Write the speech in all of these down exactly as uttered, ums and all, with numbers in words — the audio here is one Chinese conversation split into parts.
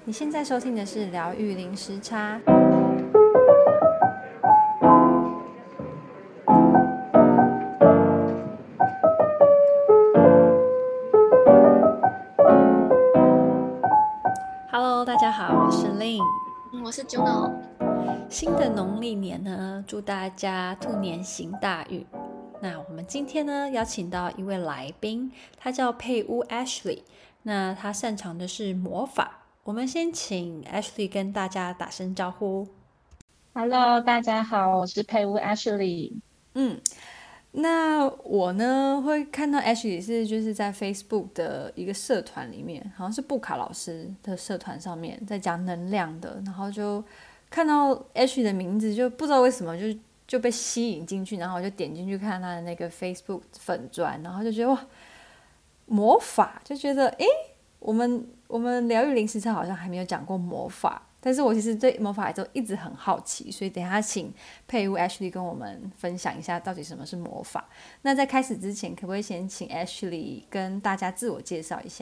你现在收听的是疗愈零时差。Hello， 大家好，我是 Lin， 嗯，我是 Juno。 新的农历年呢，祝大家兔年行大运。那我们今天呢，邀请到一位来宾，他叫佩乌 Ashley， 那他擅长的是魔法。我们先请 Ashley 跟大家打声招呼。 Hello，大家好，我是佩乌 Ashley。 嗯，那我呢会看到 Ashley 是就是在 Facebook 的一个社团里面，好像是布卡老师的社团上面在讲能量的，然后就看到 Ashley 的名字，就不知道为什么就就被吸引进去，然后我就点进去看他的那个 Facebook 粉专，然后就觉得哇，魔法，就觉得诶，我们我们疗愈零时差好像还没有讲过魔法。但是我其实对魔法都一直很好奇，所以等一下请佩乌 Ashley 跟我们分享一下到底什么是魔法。那在开始之前，可不可以先请 Ashley 跟大家自我介绍一下？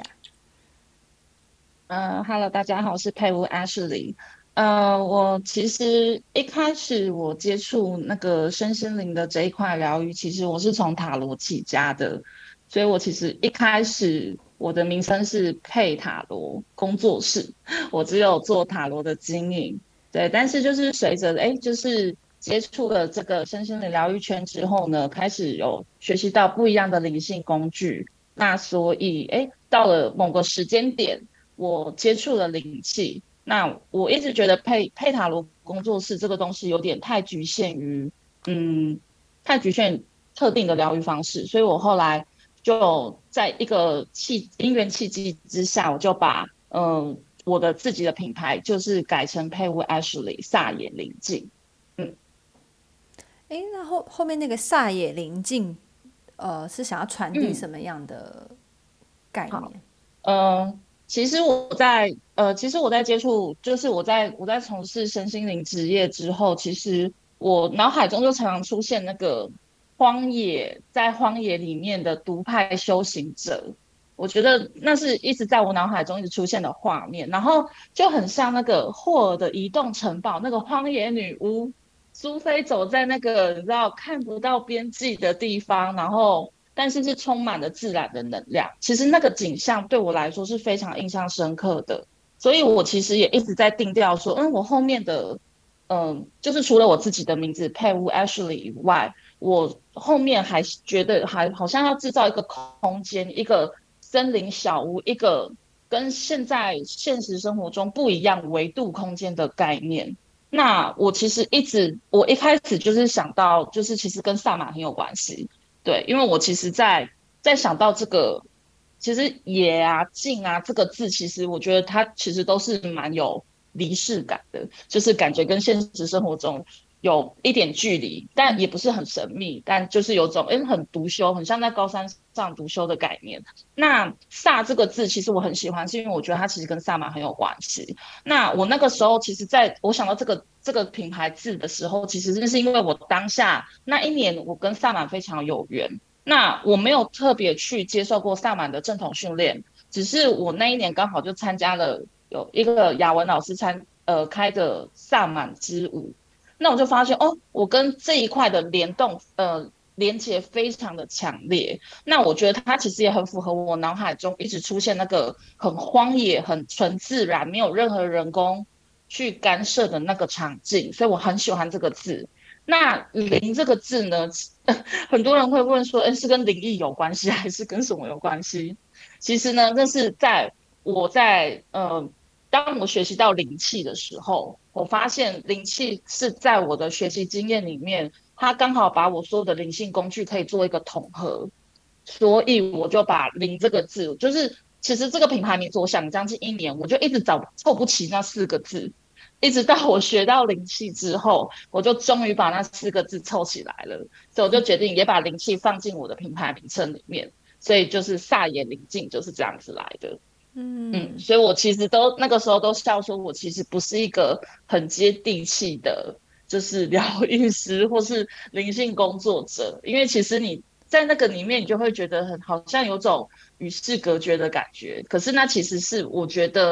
嗯，Hello，大家好，我是佩乌 Ashley。呃，我其实一开始我接触那个身心灵的这一块疗愈，其实我是从塔罗起家的，所以我其实一开始我的名称是佩塔罗工作室，我只有做塔罗的经营。对，但是就是随着哎，就是接触了这个身心灵疗愈圈之后呢，开始有学习到不一样的灵性工具，那所以哎，到了某个时间点。我接触了灵气，那我一直觉得佩佩塔罗工作室这个东西有点太局限于，嗯，太局限特定的疗愈方式，所以我后来就在一个契因缘契机之下，我就把嗯、呃、我的自己的品牌就是改成佩乌 Ashley 萨野灵境。嗯， 诶，那后后面那个萨野灵境，呃，是想要传递嗯， 什么样的概好。 念？ 呃，其实我在呃，其实我在接触，就是我在我在从事身心灵职业之后，其实我脑海中就常常出现那个荒野，在荒野里面的独派修行者，我觉得那是一直在我脑海中一直出现的画面，然后就很像那个霍尔的移动城堡，那个荒野女巫苏菲走在那个你知道看不到边际的地方，然后但是是充满了自然的能量。其实那个景象对我来说是非常印象深刻的，所以我其实也一直在定调说，嗯，我后面的，嗯，就是除了我自己的名字佩乌 Ashley 以外，我后面还觉得还好像要制造一个空间，一个森林小屋，一个跟现在现实生活中不一样维度空间的概念。那我其实一直，我一开始就是想到，就是其实跟萨满很有关系，对，因为我其实在在想到这个，其实野啊、静啊这个字，其实我觉得它其实都是蛮有离世感的，就是感觉跟现实生活中有一点距离，但也不是很神秘，但就是有种诶很独修，很像在高山上独修的概念。那"萨"这个字，其实我很喜欢，是因为我觉得它其实跟萨满很有关系。那我那个时候，其实在我想到这个这个品牌字的时候，其实是因为我当下那一年我跟萨满非常有缘。那我没有特别去接受过萨满的正统训练，只是我那一年刚好就参加了有一个雅文老师参呃开的萨满之舞，那我就发现哦，我跟这一块的联动呃连接非常的强烈。那我觉得它其实也很符合我脑海中一直出现那个很荒野、很纯自然、没有任何人工去干涉的那个场景，所以我很喜欢这个字。那"灵"这个字呢，很多人会问说，哎，是跟灵异有关系，还是跟什么有关系？其实呢，那是在我在呃，当我学习到灵气的时候，我发现灵气是在我的学习经验里面，它刚好把我所有的灵性工具可以做一个统合，所以我就把"灵"这个字，就是其实这个品牌名字我想将近一年，我就一直找凑不齐那四个字，一直到我学到灵气之后，我就终于把那四个字凑起来了，所以我就决定也把灵气放进我的品牌名称里面，所以就是"萨野灵境"就是这样子来的。嗯， 嗯， 所以我其实都那个时候都笑说，我其实不是一个很接地气的，就是疗愈师或是灵性工作者，因为其实你在那个里面，你就会觉得很好像有种与世隔绝的感觉。可是那其实是我觉得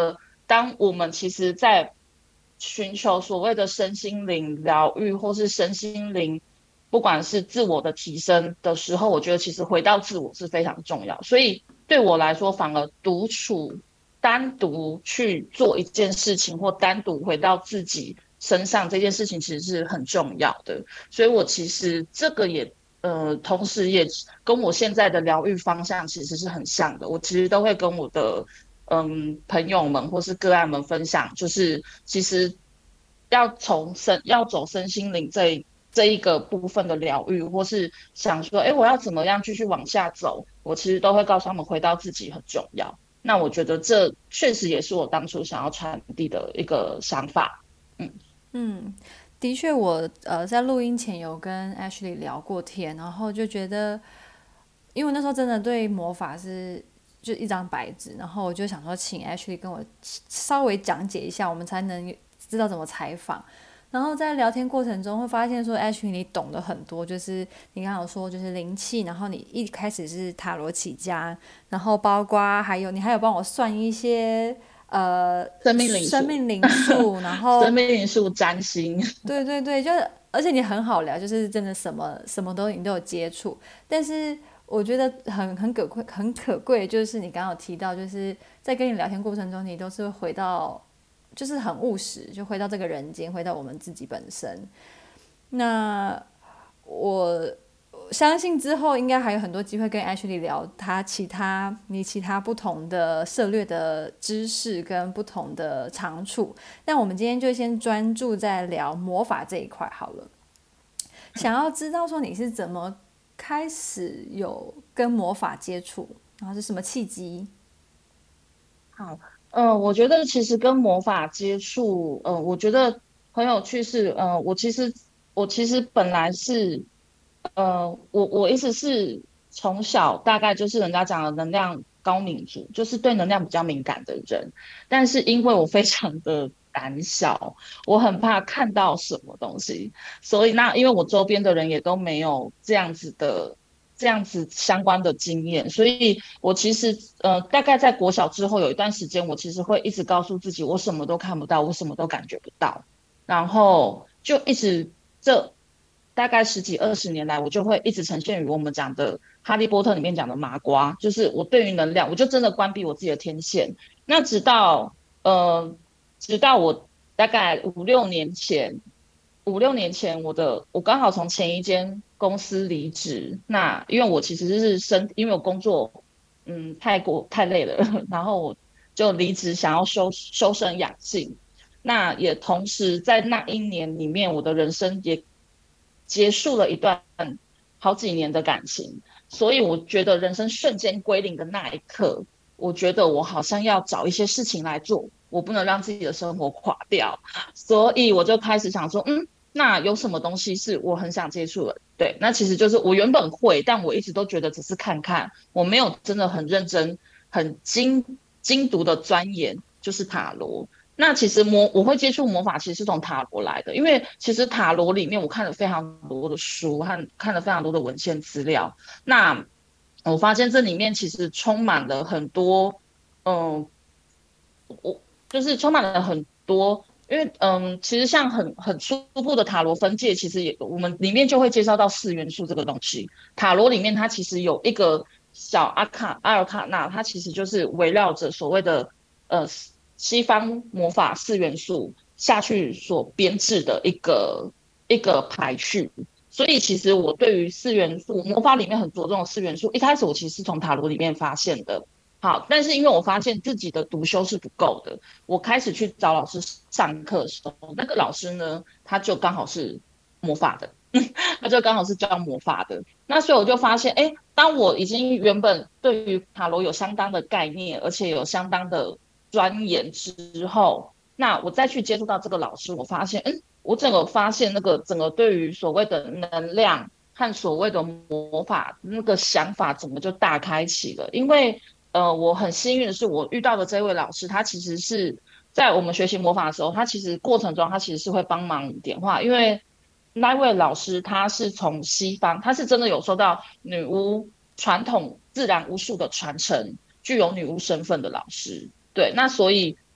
当我们其实在寻求所谓的身心灵疗愈，或是身心灵，不管是自我的提升的时候，我觉得其实回到自我是非常重要。所以对我来说，反而独处、单独去做一件事情，或单独回到自己身上这件事情，其实是很重要的。所以我其实这个也呃，同时也跟我现在的疗愈方向其实是很像的。我其实都会跟我的嗯朋友们或是个案们分享，就是其实要从身要走身心灵这一这一个部分的疗愈，或是想说，哎，我要怎么样继续往下走，我其实都会告诉他们，回到自己很重要。那我觉得这确实也是我当初想要传递的一个想法。嗯嗯，的确我，呃在录音前有跟 Ashley 聊过天，然后就觉得，因为那时候真的对魔法是就一张白纸，然后我就想说请 Ashley 跟我稍微讲解一下，我们才能知道怎么采访。然后在聊天过程中会发现说，Ashley 你懂得很多，就是你刚刚有说就是灵气，然后你一开始是塔罗起家，然后包括还有你还有帮我算一些呃生命灵数， 生命灵数，然后生命灵数占星。 对对对，就是而且你很好聊，就是真的什么什么都你都有接触，但是我觉得很很可贵很可贵，就是你刚刚有提到，就是在跟你聊天过程中，你都是回到就是很务实，就回到这个人间，回到我们自己本身。那我相信之后应该还有很多机会跟 Ashley 聊他其他你其他不同的涉略的知识跟不同的长处，但我们今天就先专注在聊魔法这一块好了。想要知道说你是怎么开始有跟魔法接触，然后是什么契机？ 好，嗯，我觉得其实跟魔法接触，嗯，我觉得很有趣是，嗯，我其实我其实本来是，呃，我我一直是从小大概就是人家讲的能量高敏族，就是对能量比较敏感的人，但是因为我非常的胆小，我很怕看到什么东西，所以那因为我周边的人也都没有这样子的。这样子相关的经验，所以我其实呃，大概在国小之后有一段时间，我其实会一直告诉自己，我什么都看不到，我什么都感觉不到，然后就一直这大概十几二十年来，我就会一直呈现于我们讲的《哈利波特》里面讲的麻瓜，就是我对于能量，我就真的关闭我自己的天线。那直到呃，直到我大概五六年前。五六年前，我的我刚好从前一间公司离职。那因为我其实是身，因为我工作嗯太过太累了，然后我就离职，想要修修身养性。那也同时在那一年里面，我的人生也结束了一段好几年的感情。所以我觉得人生瞬间归零的那一刻，我觉得我好像要找一些事情来做，我不能让自己的生活垮掉。所以我就开始想说，嗯。那有什么东西是我很想接触的？对，那其实就是我原本会，但我一直都觉得只是看看，我没有真的很认真、很精精读的钻研，就是塔罗。那其实魔我会接触魔法，其实是从塔罗来的，因为其实塔罗里面我看了非常多的书和看了非常多的文献资料。那我发现这里面其实充满了很多，嗯，我就是充满了很多，因为嗯，其实像很很初步的塔罗分界，其实也我们里面就会介绍到四元素这个东西。塔罗里面它其实有一个小阿卡阿尔卡纳，它其实就是围绕着所谓的呃西方魔法四元素下去所编制的一个一个排序。所以其实我对于四元素魔法里面很着重的四元素，一开始我其实是从塔罗里面发现的。好，但是因为我发现自己的读修是不够的，我开始去找老师上课的时候，那个老师呢，他就刚好是魔法的，他就刚好是教魔法的。那所以我就发现，哎，当我已经原本对于塔罗有相当的概念，而且有相当的钻研之后，那我再去接触到这个老师，我发现，嗯，我整个发现那个整个对于所谓的能量和所谓的魔法那个想法，整个就大开启了，因为。呃，我很幸运的是，我遇到的这位老师，他其实是在我们学习魔法的时候，他其实过程中他其实是会帮忙点化，因为那位老师他是从西方，他是真的有受到女巫传统自然巫术的传承，具有女巫身份的老师。对，那所以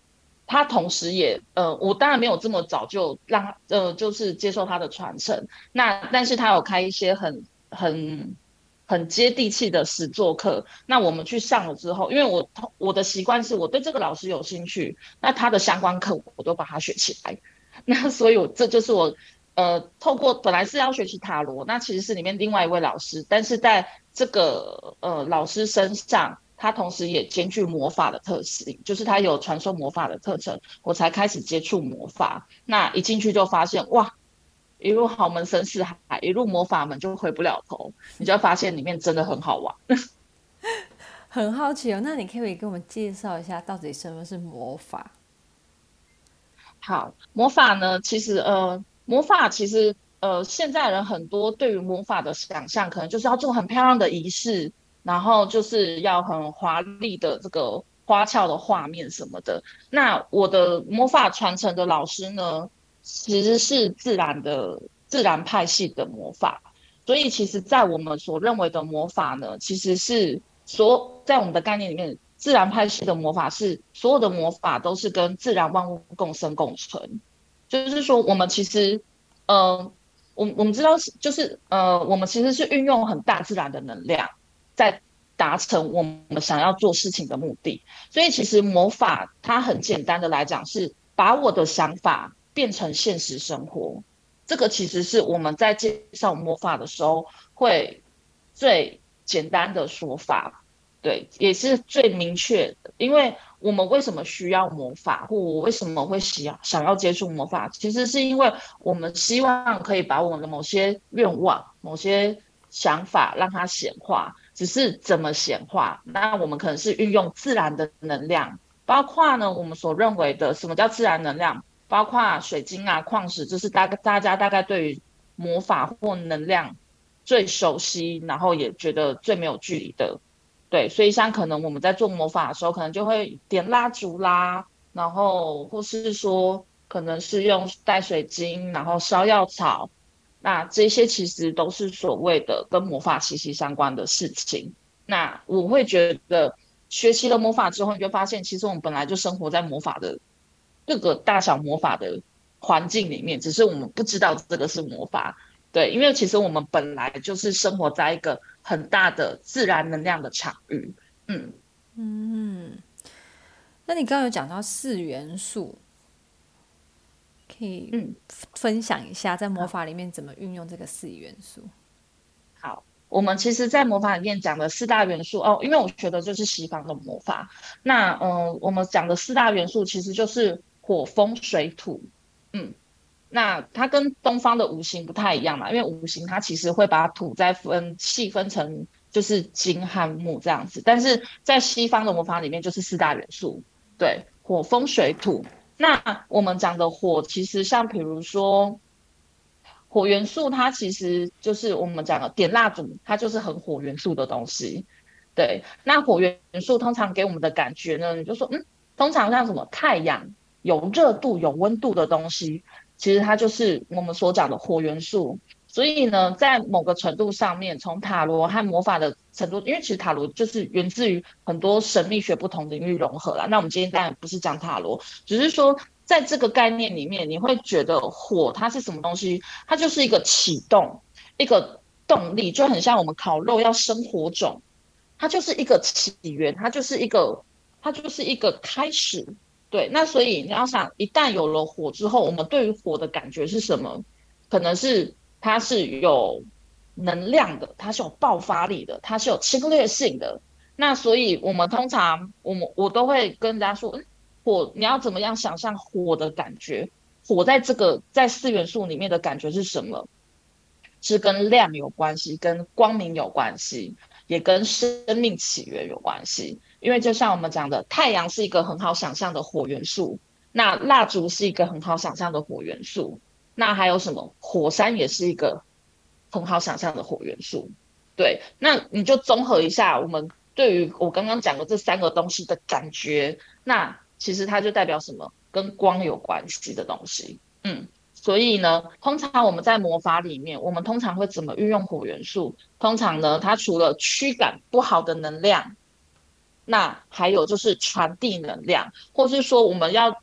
他同时也呃，我当然没有这么早就让他呃，就是接受他的传承。那但是他有开一些很很很接地气的实作课。那我们去上了之后，因为我我的习惯是我对这个老师有兴趣，那他的相关课我都把它学起来。那所以我这就是我呃，透过本来是要学习塔罗，那其实是里面另外一位老师，但是在这个呃老师身上，他同时也兼具魔法的特性，就是他有传授魔法的特征，我才开始接触魔法。那一进去就发现，哇，一路豪门深似海，一路魔法门就回不了头，你就会发现里面真的很好玩。 很好奇哦，那你可不可以给我们介绍一下，到底什么是魔法？ 好，魔法呢，其实呃，魔法其实呃，现在人很多对于魔法的想象，可能就是要做很漂亮的仪式，然后就是要很华丽的这个花俏的画面什么的。那我的魔法传承的老师呢，其实是自然的自然派系的魔法，所以其实，在我们所认为的魔法呢，其实是所在我们的概念里面，自然派系的魔法是所有的魔法都是跟自然万物共生共存。就是说，我们其实，呃，我我们知道是，就是呃，我们其实是运用很大自然的能量，在达成我们想要做事情的目的。所以，其实魔法它很简单的来讲，是把我的想法变成现实生活。这个其实是我们在介绍魔法的时候会最简单的说法，对，也是最明确的。因为我们为什么需要魔法，或我为什么会想想要接触魔法，其实是因为我们希望可以把我们的某些愿望、某些想法让它显化，只是怎么显化，那我们可能是运用自然的能量，包括呢我们所认为的什么叫自然能量。包括水晶啊、矿石，这是大概大家大概对于魔法或能量最熟悉，然后也觉得最没有距离的。对，所以像可能我们在做魔法的时候，可能就会点蜡烛啦，然后或是说可能是用带水晶，然后烧药草，那这些其实都是所谓的跟魔法息息相关的事情。那我会觉得学习了魔法之后，你就发现其实我们本来就生活在魔法的各个大小魔法的环境里面，只是我们不知道这个是魔法。对，因为其实我们本来就是生活在一个很大的自然能量的场域。嗯嗯，那你刚刚有讲到四元素，可以嗯， 分享一下在魔好。 法里面怎么运用这个四元素？ 好，我们其实，在魔法里面讲的四大元素哦，因为我学的就是西方的魔法。那嗯、呃我们讲的四大元素其实就是火、风、水、土。嗯，那它跟东方的五行不太一样嘛，因为五行它其实会把土再分细分成就是金和木这样子，但是在西方的魔法里面就是四大元素，对，火、风、水、土。那我们讲的火，其实像比如说火元素，它其实就是我们讲的点蜡烛，它就是很火元素的东西。对，那火元素通常给我们的感觉呢，你就说，嗯，通常像什么太阳有热度、有温度的东西，其实它就是我们所讲的火元素。所以呢，在某个程度上面，从塔罗和魔法的程度，因为其实塔罗就是源自于很多神秘学不同领域融合啦。那我们今天当然不是讲塔罗，只是说在这个概念里面，你会觉得火它是什么东西？它就是一个启动，一个动力，就很像我们烤肉要生火种，它就是一个起源，它就是一个，它就是一个开始。对，那所以你要想，一旦有了火之后，我们对于火的感觉是什么？可能是它是有能量的，它是有爆发力的，它是有侵略性的。那所以我们通常，我们我都会跟人家说，嗯，火你要怎么样想象火的感觉？火在这个在四元素里面的感觉是什么？是跟亮有关系，跟光明有关系，也跟生命起源有关系。因为就像我们讲的，太阳是一个很好想象的火元素，那蜡烛是一个很好想象的火元素，那还有什么？火山也是一个很好想象的火元素。对，那你就综合一下我们对于我刚刚讲的这三个东西的感觉，那其实它就代表什么？跟光有关系的东西。嗯。所以呢，通常我们在魔法里面，我们通常会怎么运用火元素？通常呢，它除了驱赶不好的能量，那还有就是传递能量，或是说我们要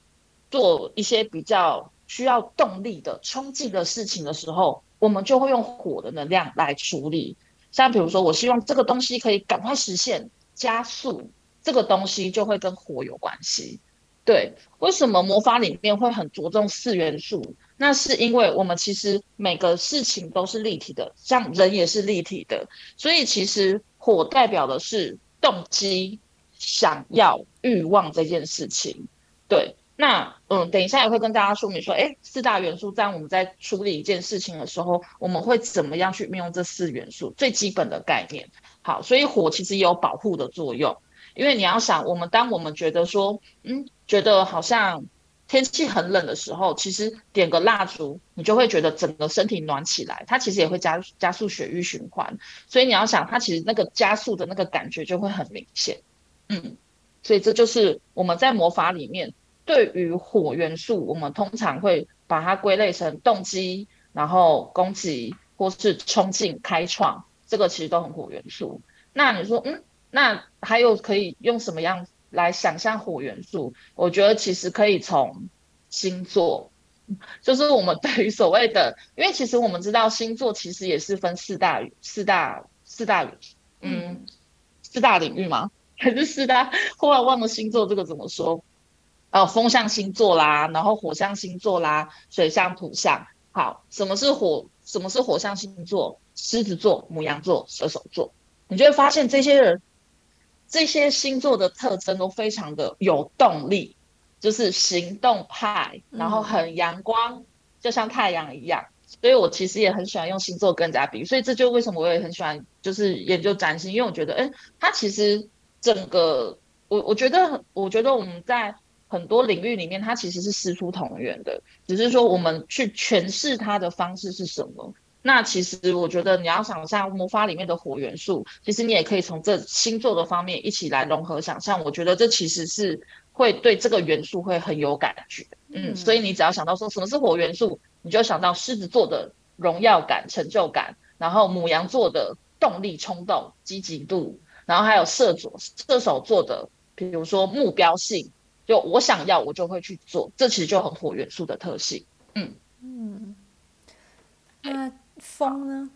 做一些比较需要动力的冲劲的事情的时候，我们就会用火的能量来处理。像比如说，我希望这个东西可以赶快实现加速，这个东西就会跟火有关系。对，为什么魔法里面会很着重四元素？那是因为我们其实每个事情都是立体的，像人也是立体的，所以其实火代表的是动机、想要、欲望这件事情。对，那嗯，等一下也会跟大家说明说，哎，四大元素在我们在处理一件事情的时候，我们会怎么样去运用这四元素最基本的概念。好，所以火其实也有保护的作用。因为你要想，我们当我们觉得说，嗯，觉得好像天气很冷的时候，其实点个蜡烛，你就会觉得整个身体暖起来，它其实也会加加速血液循环。所以你要想，它其实那个加速的那个感觉就会很明显。嗯，所以这就是我们在魔法里面对于火元素，我们通常会把它归类成动机，然后攻击或是冲劲、开创，这个其实都很火元素。那你说，嗯，那还有可以用什么样来想象火元素？我觉得其实可以从星座，就是我们对于所谓的，因为其实我们知道星座其实也是分四大四大四大嗯嗯四大领域吗？还是四大？忽然忘了星座这个怎么说？呃，风象星座啦，然后火象星座啦，水象、土象。好，什么是火？什么是火象星座？狮子座、母羊座、射手座。你就会发现这些人这些星座的特征都非常的有动力，就是行动派，然后嗯很阳光，就像太阳一样。所以我其实也很喜欢用星座跟人家比，所以这就为什么我也很喜欢就是研究占星，因为我觉得，哎，它其实整个我我觉得我觉得我们在很多领域里面，它其实是师出同源的，只是说我们去诠释它的方式是什么。那其实我觉得你要想象魔法里面的火元素，其实你也可以从这星座的方面一起来融合想象。我觉得这其实是会对这个元素会很有感觉。嗯，所以嗯你只要想到说什么是火元素，你就想到狮子座的荣耀感、成就感，然后母羊座的动力、冲动、积极度，然后还有射手射手座的，比如说目标性，就我想要我就会去做，这其实就很火元素的特性。嗯。 嗯， 对。 那风呢？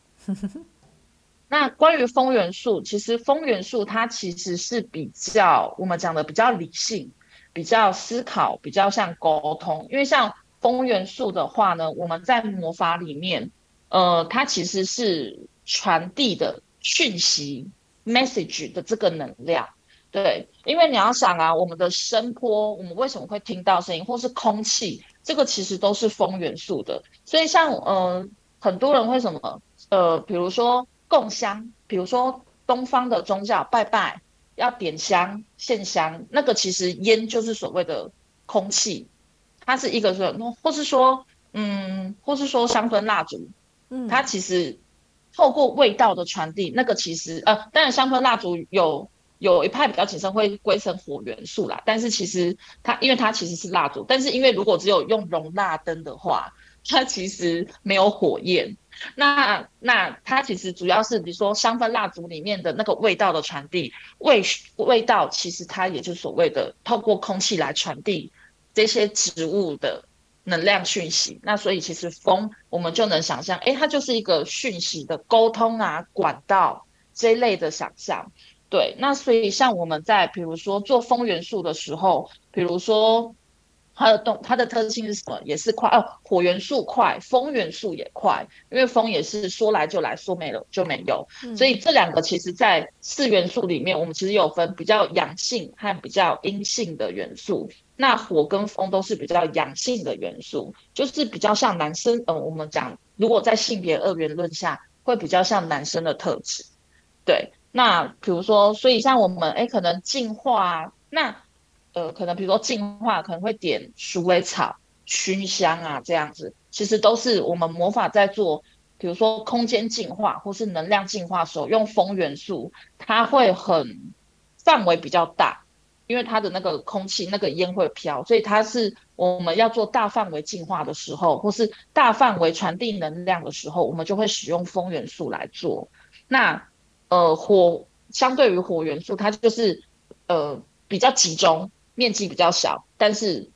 那关于风元素，其实风元素它其实是比较我们讲的比较理性、比较思考、比较像沟通。因为像风元素的话呢，我们在魔法里面，呃，它其实是传递的讯息 message 的这个能量。对，因为你要想啊，我们的声波，我们为什么会听到声音，或是空气，这个其实都是风元素的。所以像呃，很多人会什么？呃，比如说供香，比如说东方的宗教拜拜要点香、献香，那个其实烟就是所谓的空气，它是一个说，或是说，嗯，或是说香氛蜡烛，它嗯其实透过味道的传递，那个其实呃，当然香氛蜡烛有有一派比较谨慎会归成火元素啦，但是其实它因为它其实是蜡烛，但是因为如果只有用容蜡灯的话，它其实没有火焰。那那它其实主要是比如说香氛蜡烛里面的那个味道的传递，味味道其实它也就是所谓的透过空气来传递这些植物的能量讯息。那所以其实风我们就能想象，诶，它就是一个讯息的沟通啊管道这一类的想象。对，那所以像我们在比如说做风元素的时候，比如说它的动它的特性是什么？也是快哦，火元素快，风元素也快，因为风也是说来就来，说没了就没有。所以嗯这两个其实在四元素里面，我们其实有分比较阳性和比较阴性的元素。那火跟风都是比较阳性的元素，就是比较像男生。嗯、呃，我们讲如果在性别二元论下，会比较像男生的特质。对，那比如说，所以像我们哎，可能净化啊，那呃，可能比如说净化可能会点鼠尾草、熏香啊这样子，其实都是我们魔法在做，比如说空间净化或是能量净化的时候，用风元素，它会很范围比较大，因为它的那个空气那个烟会飘，所以它是我们要做大范围净化的时候，或是大范围传递能量的时候，我们就会使用风元素来做。那呃火相对于火元素，它就是呃比较集中，面积比较小，但是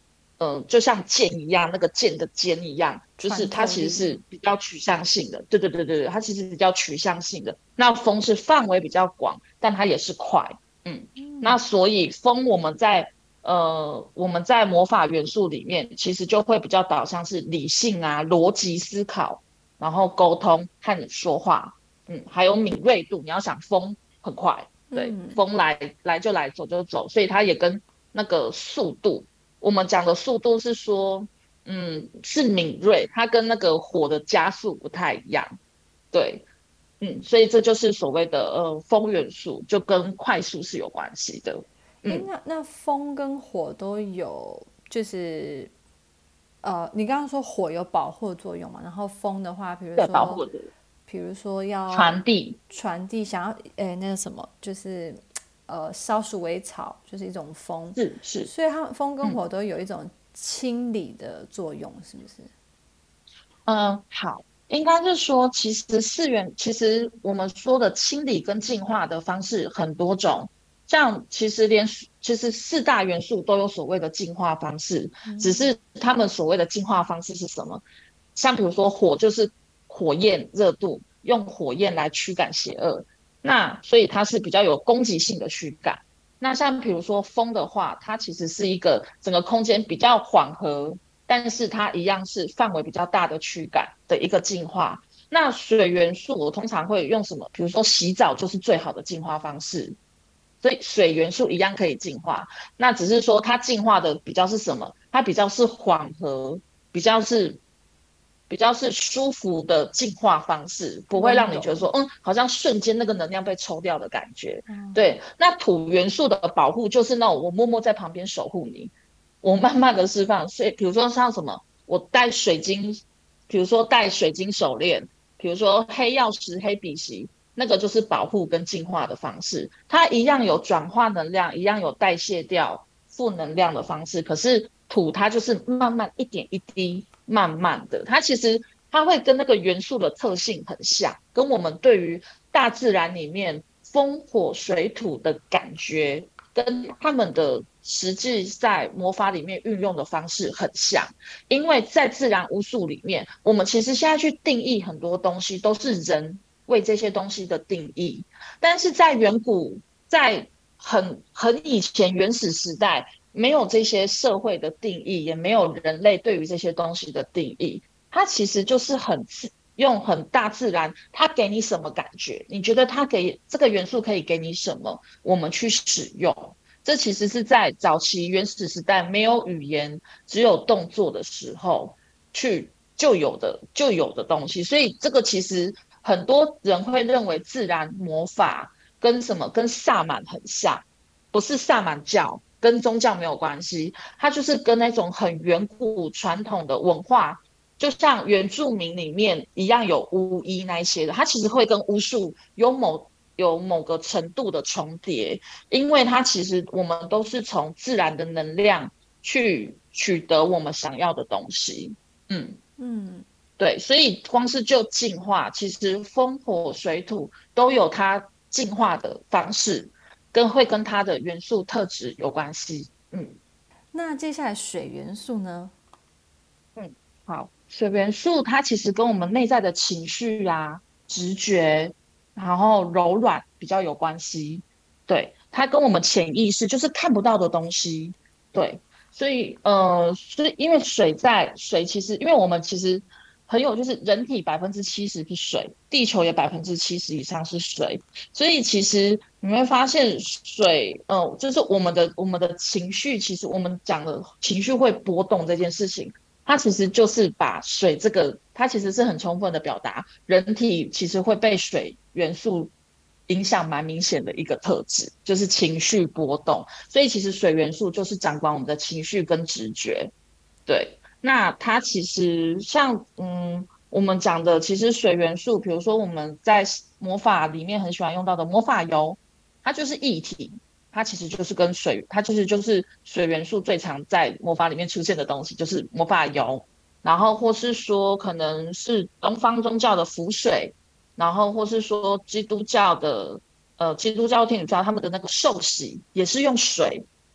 嗯，就像剑一样，那个剑的尖一样，就是穿它透力。 其实是比较取向性的。对对对对对，它其实比较取向性的。那风是范围比较广，但它也是快。嗯，那所以风我们在呃我们在魔法元素里面，其实就会比较导向是理性啊、逻辑思考，然后沟通和你说话。嗯，还有敏锐度。你要想风很快，对， 嗯， 风来来就来，走就走，所以它也跟那个速度。我们讲的速度是说，嗯，是敏锐，它跟那个火的加速不太一样，对，嗯，所以这就是所谓的呃风元素，就跟快速是有关系的， 诶， 嗯， 那那风跟火都有，就是呃，你刚刚说火有保护作用嘛，然后风的话，比如对，保说， 护的比如说要传递传递，想要诶那个什么，就是呃烧鼠尾草，就是一种风， 是是， 所以它们风跟嗯火都有一种清理的作用，是不是？ 嗯、呃好。应该是说，其实四元，其实我们说的清理跟净化的方式很多种，像其实连其实四大元素都有所谓的净化方式，只是他们所谓的净化方式是什么？像比如说火就是火焰热度，用火焰来驱赶邪恶，那所以它是比较有攻击性的驱赶。那像比如说风的话，它其实是一个整个空间比较缓和，但是它一样是范围比较大的驱赶的一个净化。那水元素我通常会用什么？比如说洗澡就是最好的净化方式，所以水元素一样可以净化。那只是说它净化的比较是什么？它比较是缓和，比较是比较是舒服的净化方式，不会温柔。 让你觉得说，嗯，好像瞬间那个能量被抽掉的感觉。对，那土元素的保护就是那种我默默在旁边守护你，我慢慢的释放。所以比如说像什么，我戴水晶，比如说戴水晶手链，比如说黑曜石、黑碧玺，那个就是保护跟净化的方式。它一样有转化能量，一样有代谢掉负能量的方式。可是土它就是慢慢一点一滴，慢慢的，它其实它会跟那个元素的特性很像，跟我们对于大自然里面风火水土的感觉，跟他们的实际在魔法里面运用的方式很像。因为在自然巫术里面，我们其实现在去定义很多东西，都是人为这些东西的定义，但是在远古，在很很以前原始时代，没有这些社会的定义，也没有人类对于这些东西的定义，它其实就是很自用很大自然，它给你什么感觉？你觉得它给这个元素可以给你什么？我们去使用。这其实是在早期原始时代没有语言，只有动作的时候去就有的就有的东西。所以这个其实很多人会认为自然魔法跟什么跟萨满很像，不是萨满教，跟宗教没有关系，它就是跟那种很远古传统的文化。就像原住民里面一样有巫医那一些的，它其实会跟巫术有某有某个程度的重叠，因为它其实我们都是从自然的能量去取得我们想要的东西。嗯， 嗯， 对，所以光是就进化，其实风火水土都有它进化的方式，跟会跟它的元素特质有关系。嗯那接下来水元素呢？ 嗯，好，水元素它其实跟我们内在的情绪啊、直觉，然后柔软比较有关系。对，它跟我们潜意识就是看不到的东西。对，所以呃，所以因为水在水其实，因为我们其实很有，就是人体百分之七十是水，地球也百分之七十以上是水，所以其实你会发现水，呃，就是我们的我们的情绪，其实我们讲的情绪会波动这件事情。它其实就是把水这个，它其实是很充分的表达人体其实会被水元素影响蛮明显的一个特质，就是情绪波动。所以其实水元素就是掌管我们的情绪跟直觉。对，那它其实像嗯，我们讲的其实水元素，比如说我们在魔法里面很喜欢用到的魔法油，它就是液体，它其实就是跟水，它就是就是水元素最常在魔法里面出现的东西，就是魔法油。然后或是说可能是东方宗教的符水，然后或是说基督教的呃基督教天主教他们的那个受洗也是用水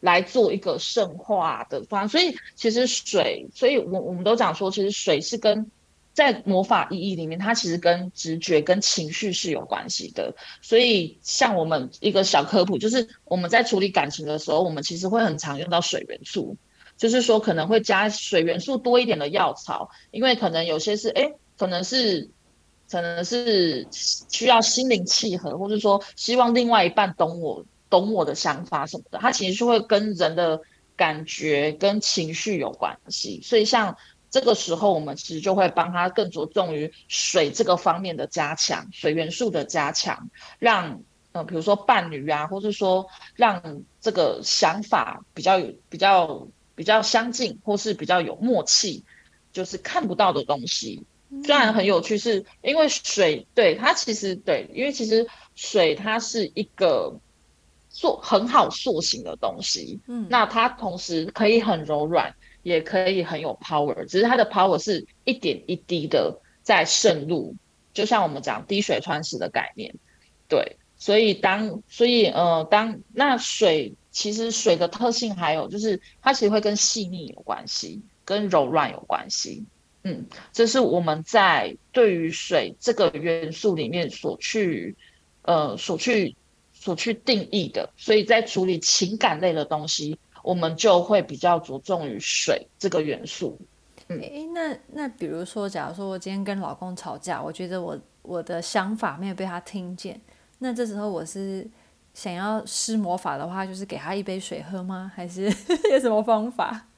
来做一个圣化的方案。所以其实水，所以我我们都讲说，其实水是跟在魔法意义里面，它其实跟直觉、跟情绪是有关系的。所以像我们一个小科普，就是我们在处理感情的时候，我们其实会很常用到水元素，就是说可能会加水元素多一点的药草，因为可能有些是哎，可能是可能是需要心灵契合，或者说希望另外一半懂我懂我的想法什么的，它其实是会跟人的感觉跟情绪有关系。所以像这个时候，我们其实就会帮他更着重于水这个方面的加强，水元素的加强，让呃，比如说伴侣啊，或是说让这个想法比较有比较比较相近，或是比较有默契，就是看不到的东西。虽然很有趣是，因为水对它其实对，因为其实水它是一个塑很好塑形的东西，那它同时可以很柔软，也可以很有 power，只是它的 power 是一点一滴的在渗入，就像我们讲滴水穿石的概念，对，所以当所以呃当那水其实水的特性还有就是它其实会跟细腻有关系，跟柔软有关系。嗯，这是我们在对于水这个元素里面所去呃所去所去定义的，所以在处理情感类的东西，我们就会比较着重于水这个元素。嗯， 诶，那那比如说，假如说我今天跟老公吵架，我觉得我我的想法没有被他听见，那这时候我是想要施魔法的话，就是给他一杯水喝吗？还是有什么方法？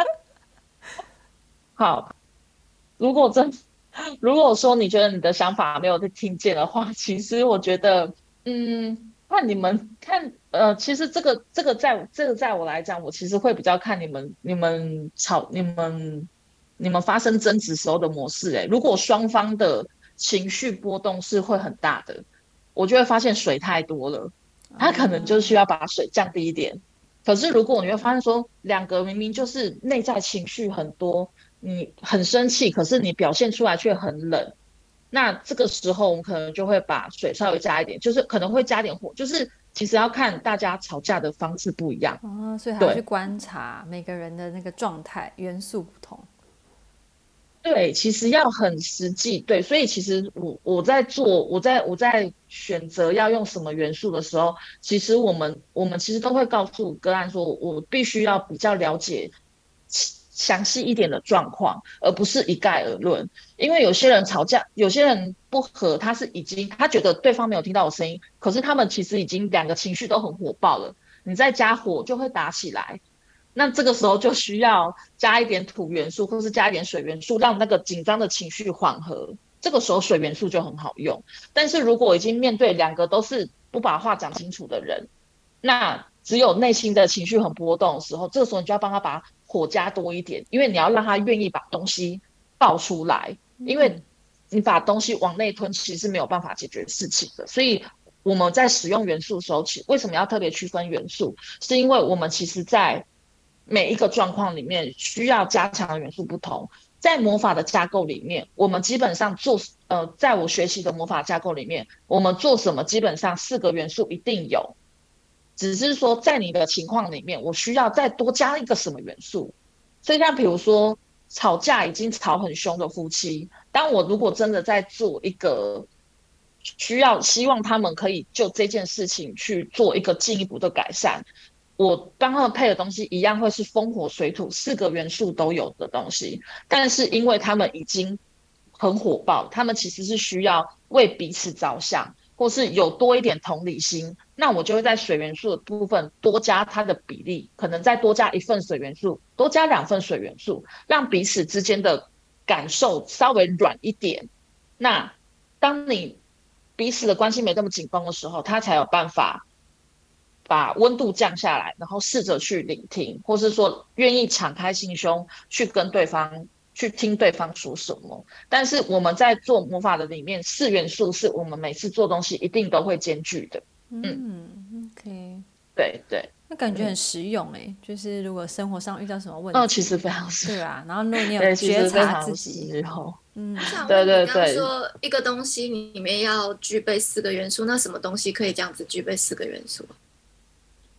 好，如果真如果说你觉得你的想法没有被听见的话，其实我觉得，嗯，看你们看，呃，其实这个这个在这个在我来讲，我其实会比较看你们你们吵你们你们发生争执时候的模式。诶，如果双方的情绪波动是会很大的，我就会发现水太多了，他可能就需要把水降低一点。可是如果你会发现说，两个明明就是内在情绪很多。你很生气，可是你表现出来却很冷，那这个时候我们可能就会把水稍微加一点，就是可能会加点火，就是其实要看大家吵架的方式不一样。 哦，所以还要去对观察每个人的那个状态，元素不同。 对，其实要很实际。对，所以其实我我在做，我在我在选择要用什么元素的时候，其实我们我们其实都会告诉个案说，我必须要比较了解详细一点的状况，而不是一概而论。因为有些人吵架，有些人不和，他是已经他觉得对方没有听到我声音，可是他们其实已经两个情绪都很火爆了，你再加火就会打起来。那这个时候就需要加一点土元素，或是加一点水元素，让那个紧张的情绪缓和。这个时候水元素就很好用。但是如果已经面对两个都是不把话讲清楚的人，那只有内心的情绪很波动的时候，这个时候你就要帮他把火加多一点，因为你要让他愿意把东西爆出来，因为你把东西往内吞，其实是没有办法解决事情的。所以我们在使用元素的时候，其为什么要特别区分元素？是因为我们其实在每一个状况里面需要加强的元素不同。在魔法的架构里面，我们基本上做呃，在我学习的魔法架构里面，我们做什么基本上四个元素一定有，只是说在你的情况里面，我需要再多加一个什么元素。所以像比如说吵架已经吵很凶的夫妻，当我如果真的在做一个需要希望他们可以就这件事情去做一个进一步的改善，我帮他们配的东西一样会是风火水土四个元素都有的东西，但是因为他们已经很火爆，他们其实是需要为彼此着想，或是有多一点同理心，那我就会在水元素的部分多加它的比例，可能再多加一份水元素，多加两份水元素，让彼此之间的感受稍微软一点。那当你彼此的关系没那么紧绷的时候，他才有办法把温度降下来，然后试着去聆听，或是说愿意敞开心胸去跟对方去听对方说什么。但是我们在做魔法的里面，四元素是我们每次做东西一定都会兼具的。嗯， 嗯，OK， 对对， 那感觉很嗯实用诶。就是如果生活上遇到什么问嗯，其实题， 非常实， 对吧？然后如果你有对，其实非觉察自常实己， 用。 嗯， 对我想问你，刚刚对对， 说一个东西里面要具备四个元素，那什么东西可以这样子具备四个元素？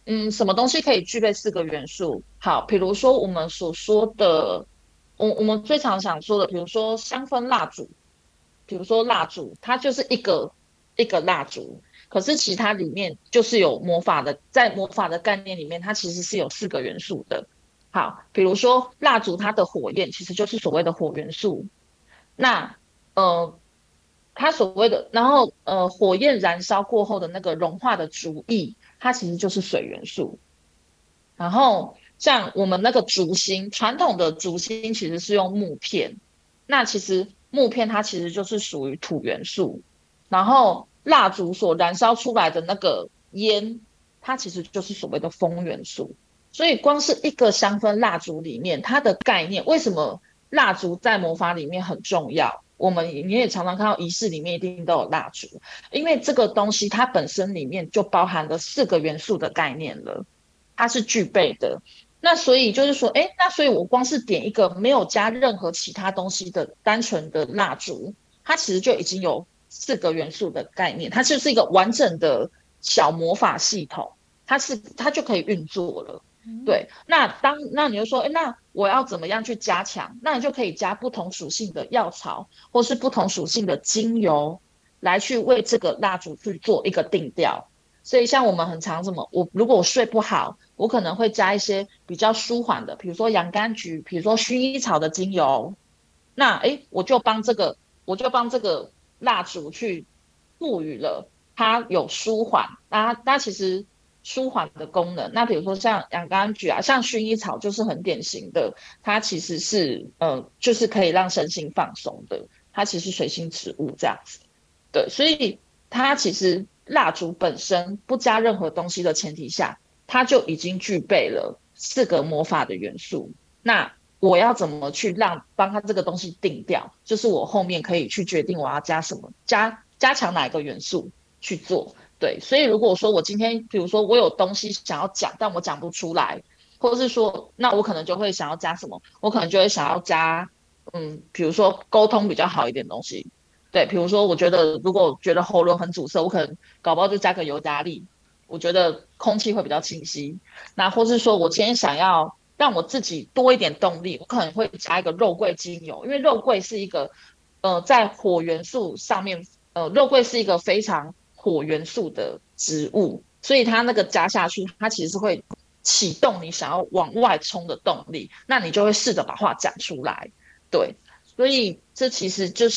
嗯，什么东西可以具备四个元素？好，比如说我们所说的，我我们最常想说的，比如说香氛蜡烛，比如说蜡烛，它就是一个一个蜡烛，可是其他里面就是有魔法的，在魔法的概念里面，它其实是有四个元素的。好，比如说蜡烛，它的火焰其实就是所谓的火元素。那呃，它所谓的，然后呃，火焰燃烧过后的那个融化的竹液，它其实就是水元素。然后像我们那个烛芯，传统的烛芯其实是用木片，那其实木片它其实就是属于土元素，然后蜡烛所燃烧出来的那个烟，它其实就是所谓的风元素。所以光是一个香氛蜡烛里面，它的概念，为什么蜡烛在魔法里面很重要？我们你也常常看到仪式里面一定都有蜡烛，因为这个东西它本身里面就包含了四个元素的概念了。它是具备的。那所以就是说，哎，那所以我光是点一个没有加任何其他东西的单纯的蜡烛，它其实就已经有四个元素的概念，它就是一个完整的小魔法系统，它是它就可以运作了。对，那当那你就说，哎，那我要怎么样去加强？那你就可以加不同属性的药草，或是不同属性的精油，来去为这个蜡烛去做一个定调。所以像我们很常什么，我如果我睡不好，我可能会加一些比较舒缓的，比如说洋甘菊，比如说薰衣草的精油。那诶，我就帮这个，我就帮这个蜡烛去赋予了它有舒缓，那它其实舒缓的功能。那比如说像洋甘菊啊，像薰衣草就是很典型的，它其实是呃，就是可以让身心放松的，它其实是水性植物这样子。对，所以它其实蜡烛本身不加任何东西的前提下，它就已经具备了四个魔法的元素。那我要怎么去让帮它这个东西定掉，就是我后面可以去决定我要加什么，加加强哪一个元素去做。对，所以如果说我今天，比如说我有东西想要讲，但我讲不出来，或者是说，那我可能就会想要加什么，我可能就会想要加，嗯，比如说沟通比较好一点的东西。对，比如说，我觉得如果我觉得喉咙很阻塞，我可能搞不好就加个尤加利，我觉得空气会比较清晰。那或是说我今天想要让我自己多一点动力，我可能会加一个肉桂精油，因为肉桂是一个呃在火元素上面，呃肉桂是一个非常火元素的植物，所以它那个加下去，它其实是会启动你想要往外冲的动力，那你就会试着把话讲出来。对，所以这其实就是，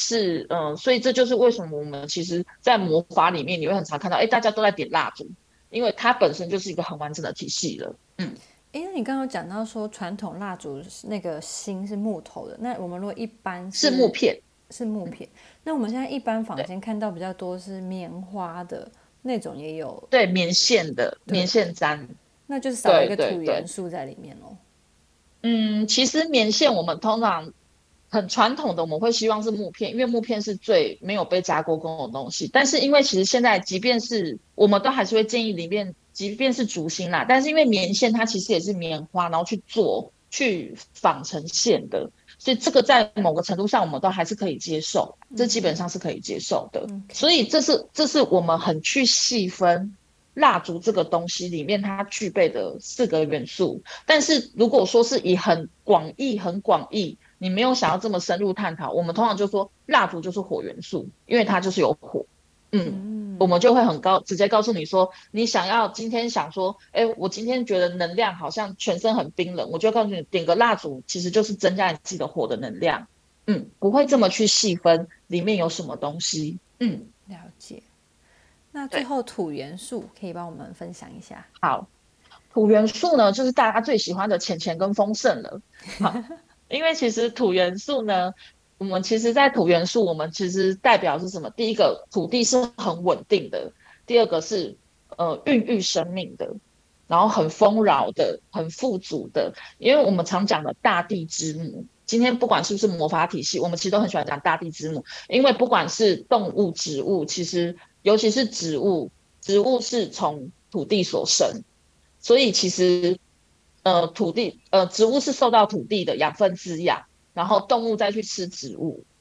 嗯、呃，所以这就是为什么我们其实，在魔法里面你会很常看到，哎，大家都在点蜡烛，因为它本身就是一个很完整的体系了。嗯， 诶，那你刚刚有讲到说传统蜡烛那个芯是木头的，那我们如果一般是木是片。 是木片，那我们现在一般坊对间看到比较多是棉花的那种也有， 对，棉线的棉对， 线簪。 那就是少了一对个土元对对。 素在里面哦。 嗯，其实棉线我们通常很传统的，我们会希望是木片，因为木片是最没有被加过工的东西。但是因为其实现在即便是我们都还是会建议里面，即便是竹芯啦，但是因为棉线它其实也是棉花，然后去做去纺成线的，所以这个在某个程度上我们都还是可以接受，这基本上是可以接受的。所 OK， 以这是这是我们很去细分蜡烛这个东西里面它具备的四个元素。但是如果说是以很广义、很广义，你没有想要这么深入探讨，我们通常就说蜡烛就是火元素，因为它就是有火。嗯，我们就会很高，直接告诉你说，你想要今天想说，哎，我今天觉得能量好像全身很冰冷，我就告诉你，点个蜡烛其实就是增加你自己的火的能量。嗯，不会这么去细分里面有什么东西。嗯， 了解。那最对， 后土元素可以帮我们分享一下？ 好。土元素呢，就是大家最喜欢的钱钱跟丰盛了。好，因为其实土元素呢，我们其实，在土元素，我们其实代表是什么？第一个，土地是很稳定的；第二个是呃孕育生命的，然后很丰饶的、很富足的。因为我们常讲的大地之母，今天不管是不是魔法体系，我们其实都很喜欢讲大地之母，因为不管是动物、植物，其实尤其是植物，植物是从土地所生。所以其实呃土地呃植物是受到土地的养分滋养，然后动物再去吃植物。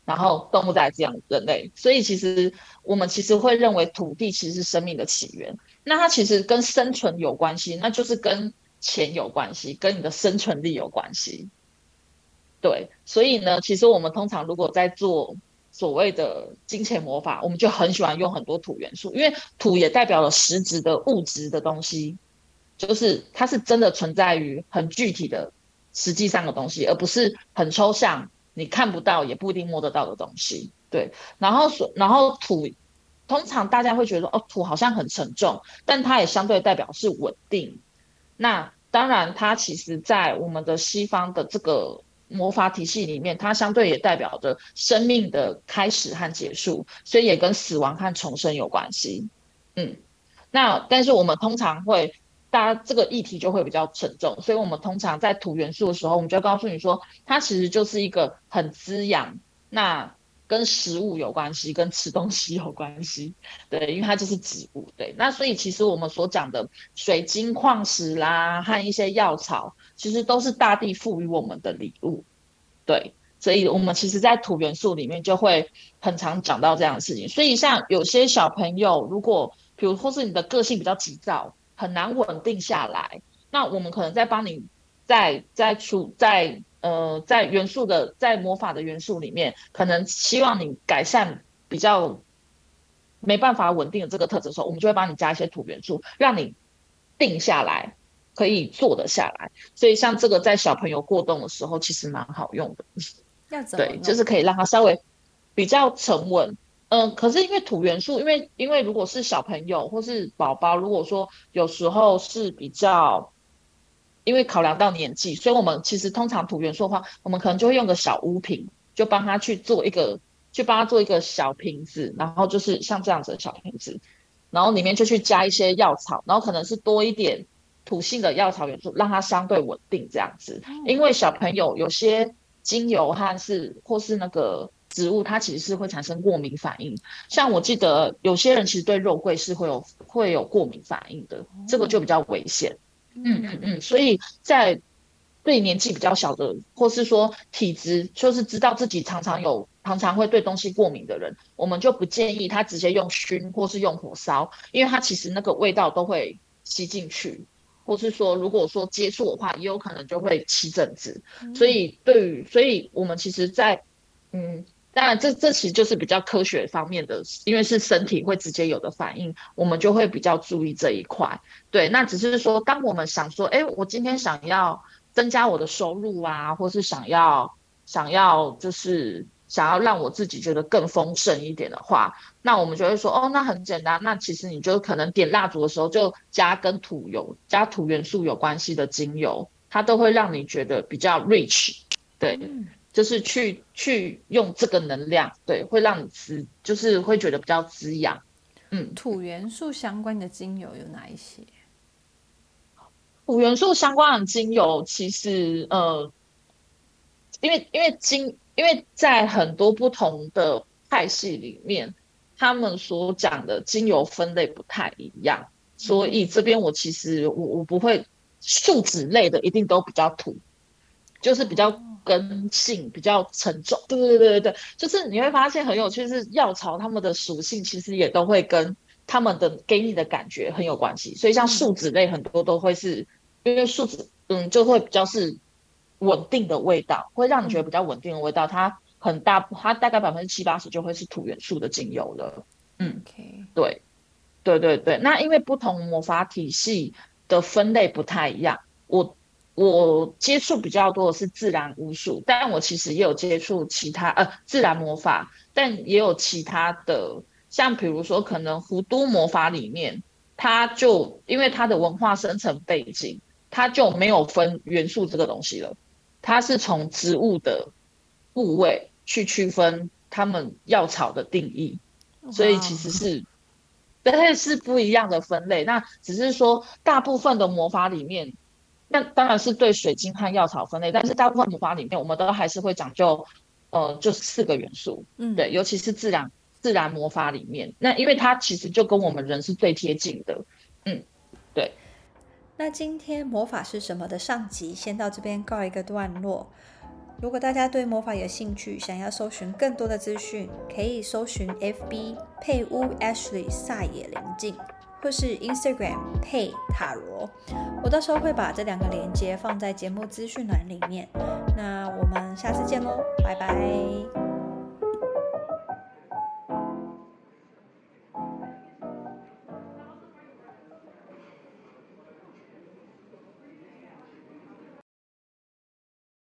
然后动物再来滋养人类。所以其实我们其实会认为土地其实是生命的起源，那它其实跟生存有关系，那就是跟钱有关系，跟你的生存力有关系。对，所以呢，其实我们通常如果在做所谓的金钱魔法，我们就很喜欢用很多土元素，因为土也代表了实质的物质的东西，就是它是真的存在于很具体的实际上的东西，而不是很抽象，你看不到也不一定摸得到的东西。对，然后所然后土，通常大家会觉得哦，土好像很沉重，但它也相对代表是稳定。那当然，它其实在我们的西方的这个魔法体系里面，它相对也代表着生命的开始和结束，所以也跟死亡和重生有关系。嗯，那但是我们通常会，大家这个议题就会比较沉重，所以我们通常在土元素的时候，我们就告诉你说，它其实就是一个很滋养，那跟食物有关系，跟吃东西有关系。对，因为它就是植物。对，那所以其实我们所讲的水晶矿石啦和一些药草，其实都是大地赋予我们的礼物。对，所以我们其实在土元素里面就会很常讲到这样的事情。所以像有些小朋友，如果比如或是你的个性比较急躁，很难稳定下来，那我们可能在帮你在在处在呃在元素的在魔法的元素里面，可能希望你改善比较没办法稳定的这个特质的时候，我们就会帮你加一些土元素，让你定下来，可以做得下来。所以像这个在小朋友过动的时候，其实蛮好用的。 要怎么对，就弄？ 是可以让他稍微比较沉稳。嗯、呃可是因为土元素，因为因为如果是小朋友或是宝宝，如果说有时候是比较，因为考量到年纪，所以我们其实通常土元素的话，我们可能就会用个小物品，就帮他去做一个，去帮他做一个小瓶子，然后就是像这样子的小瓶子，然后里面就去加一些药草，然后可能是多一点土性的药草元素，让它相对稳定这样子。因为小朋友有些精油和是或是那个植物，它其实是会产生过敏反应。像我记得有些人其实对肉桂是会有会有过敏反应的，这个就比较危险。嗯嗯嗯，所以在对年纪比较小的，或是说体质就是知道自己常常有常常会对东西过敏的人，我们就不建议他直接用熏或是用火烧，因为它其实那个味道都会吸进去，或是说如果说接触的话，也有可能就会起疹子。所以对于，所以我们其实在，嗯，当然这这其实就是比较科学方面的，因为是身体会直接有的反应，我们就会比较注意这一块。对，那只是说，当我们想说，哎，我今天想要增加我的收入啊，或是想要想要就是想要让我自己觉得更丰盛一点的话，那我们就会说，哦，那很简单，那其实你就可能点蜡烛的时候就加跟土有加土元素有关系的精油，它都会让你觉得比较 rich。对，就是去去用这个能量，对，会让你滋，就是会觉得比较滋养。嗯。 土元素相关的精油有哪一些？ 五元素相关的精油，其实呃，因为因为精，因为在很多不同的派系里面，他们所讲的精油分类不太一样，所以这边我其实我我不会树脂类的一定都比较土，就是比较根性比较沉重。对对对对对，就是你会发现很有趣，是药草它们的属性其实也都会跟它们的给你的感觉很有关系。所以像树脂类很多都会是因为树脂，嗯，就会比较是稳定的味道，会让你觉得比较稳定的味道。它很大，它大概百分之七八十就会是土元素的精油了。嗯， OK， 对。对对对，那因为不同魔法体系的分类不太一样，我我接触比较多的是自然巫术，但我其实也有接触其他呃自然魔法，但也有其他的，像比如说可能弧都魔法里面，它就因为它的文化生成背景，它就没有分元素这个东西了，它是从植物的部位去区分它们药草的定义。所以哇哦， 其实是对，是不一样的分类。那只是说，大部分的魔法里面，那当然是对水晶和药草分类，但是大部分魔法里面，我们都还是会讲究，呃，就是四个元素。 嗯， 对，尤其是自然自然魔法里面，那因为它其实就跟我们人是最贴近的。嗯，对。 那今天魔法是什么的上集先到这边告一个段落。 如果大家对魔法有兴趣，想要搜寻更多的资讯，可以搜寻 F B 佩屋 Ashley 萨野灵境，或是 Instagram 佩塔罗。我到时候会把这两个连结放在节目资讯栏里面。那我们下次见咯，拜拜。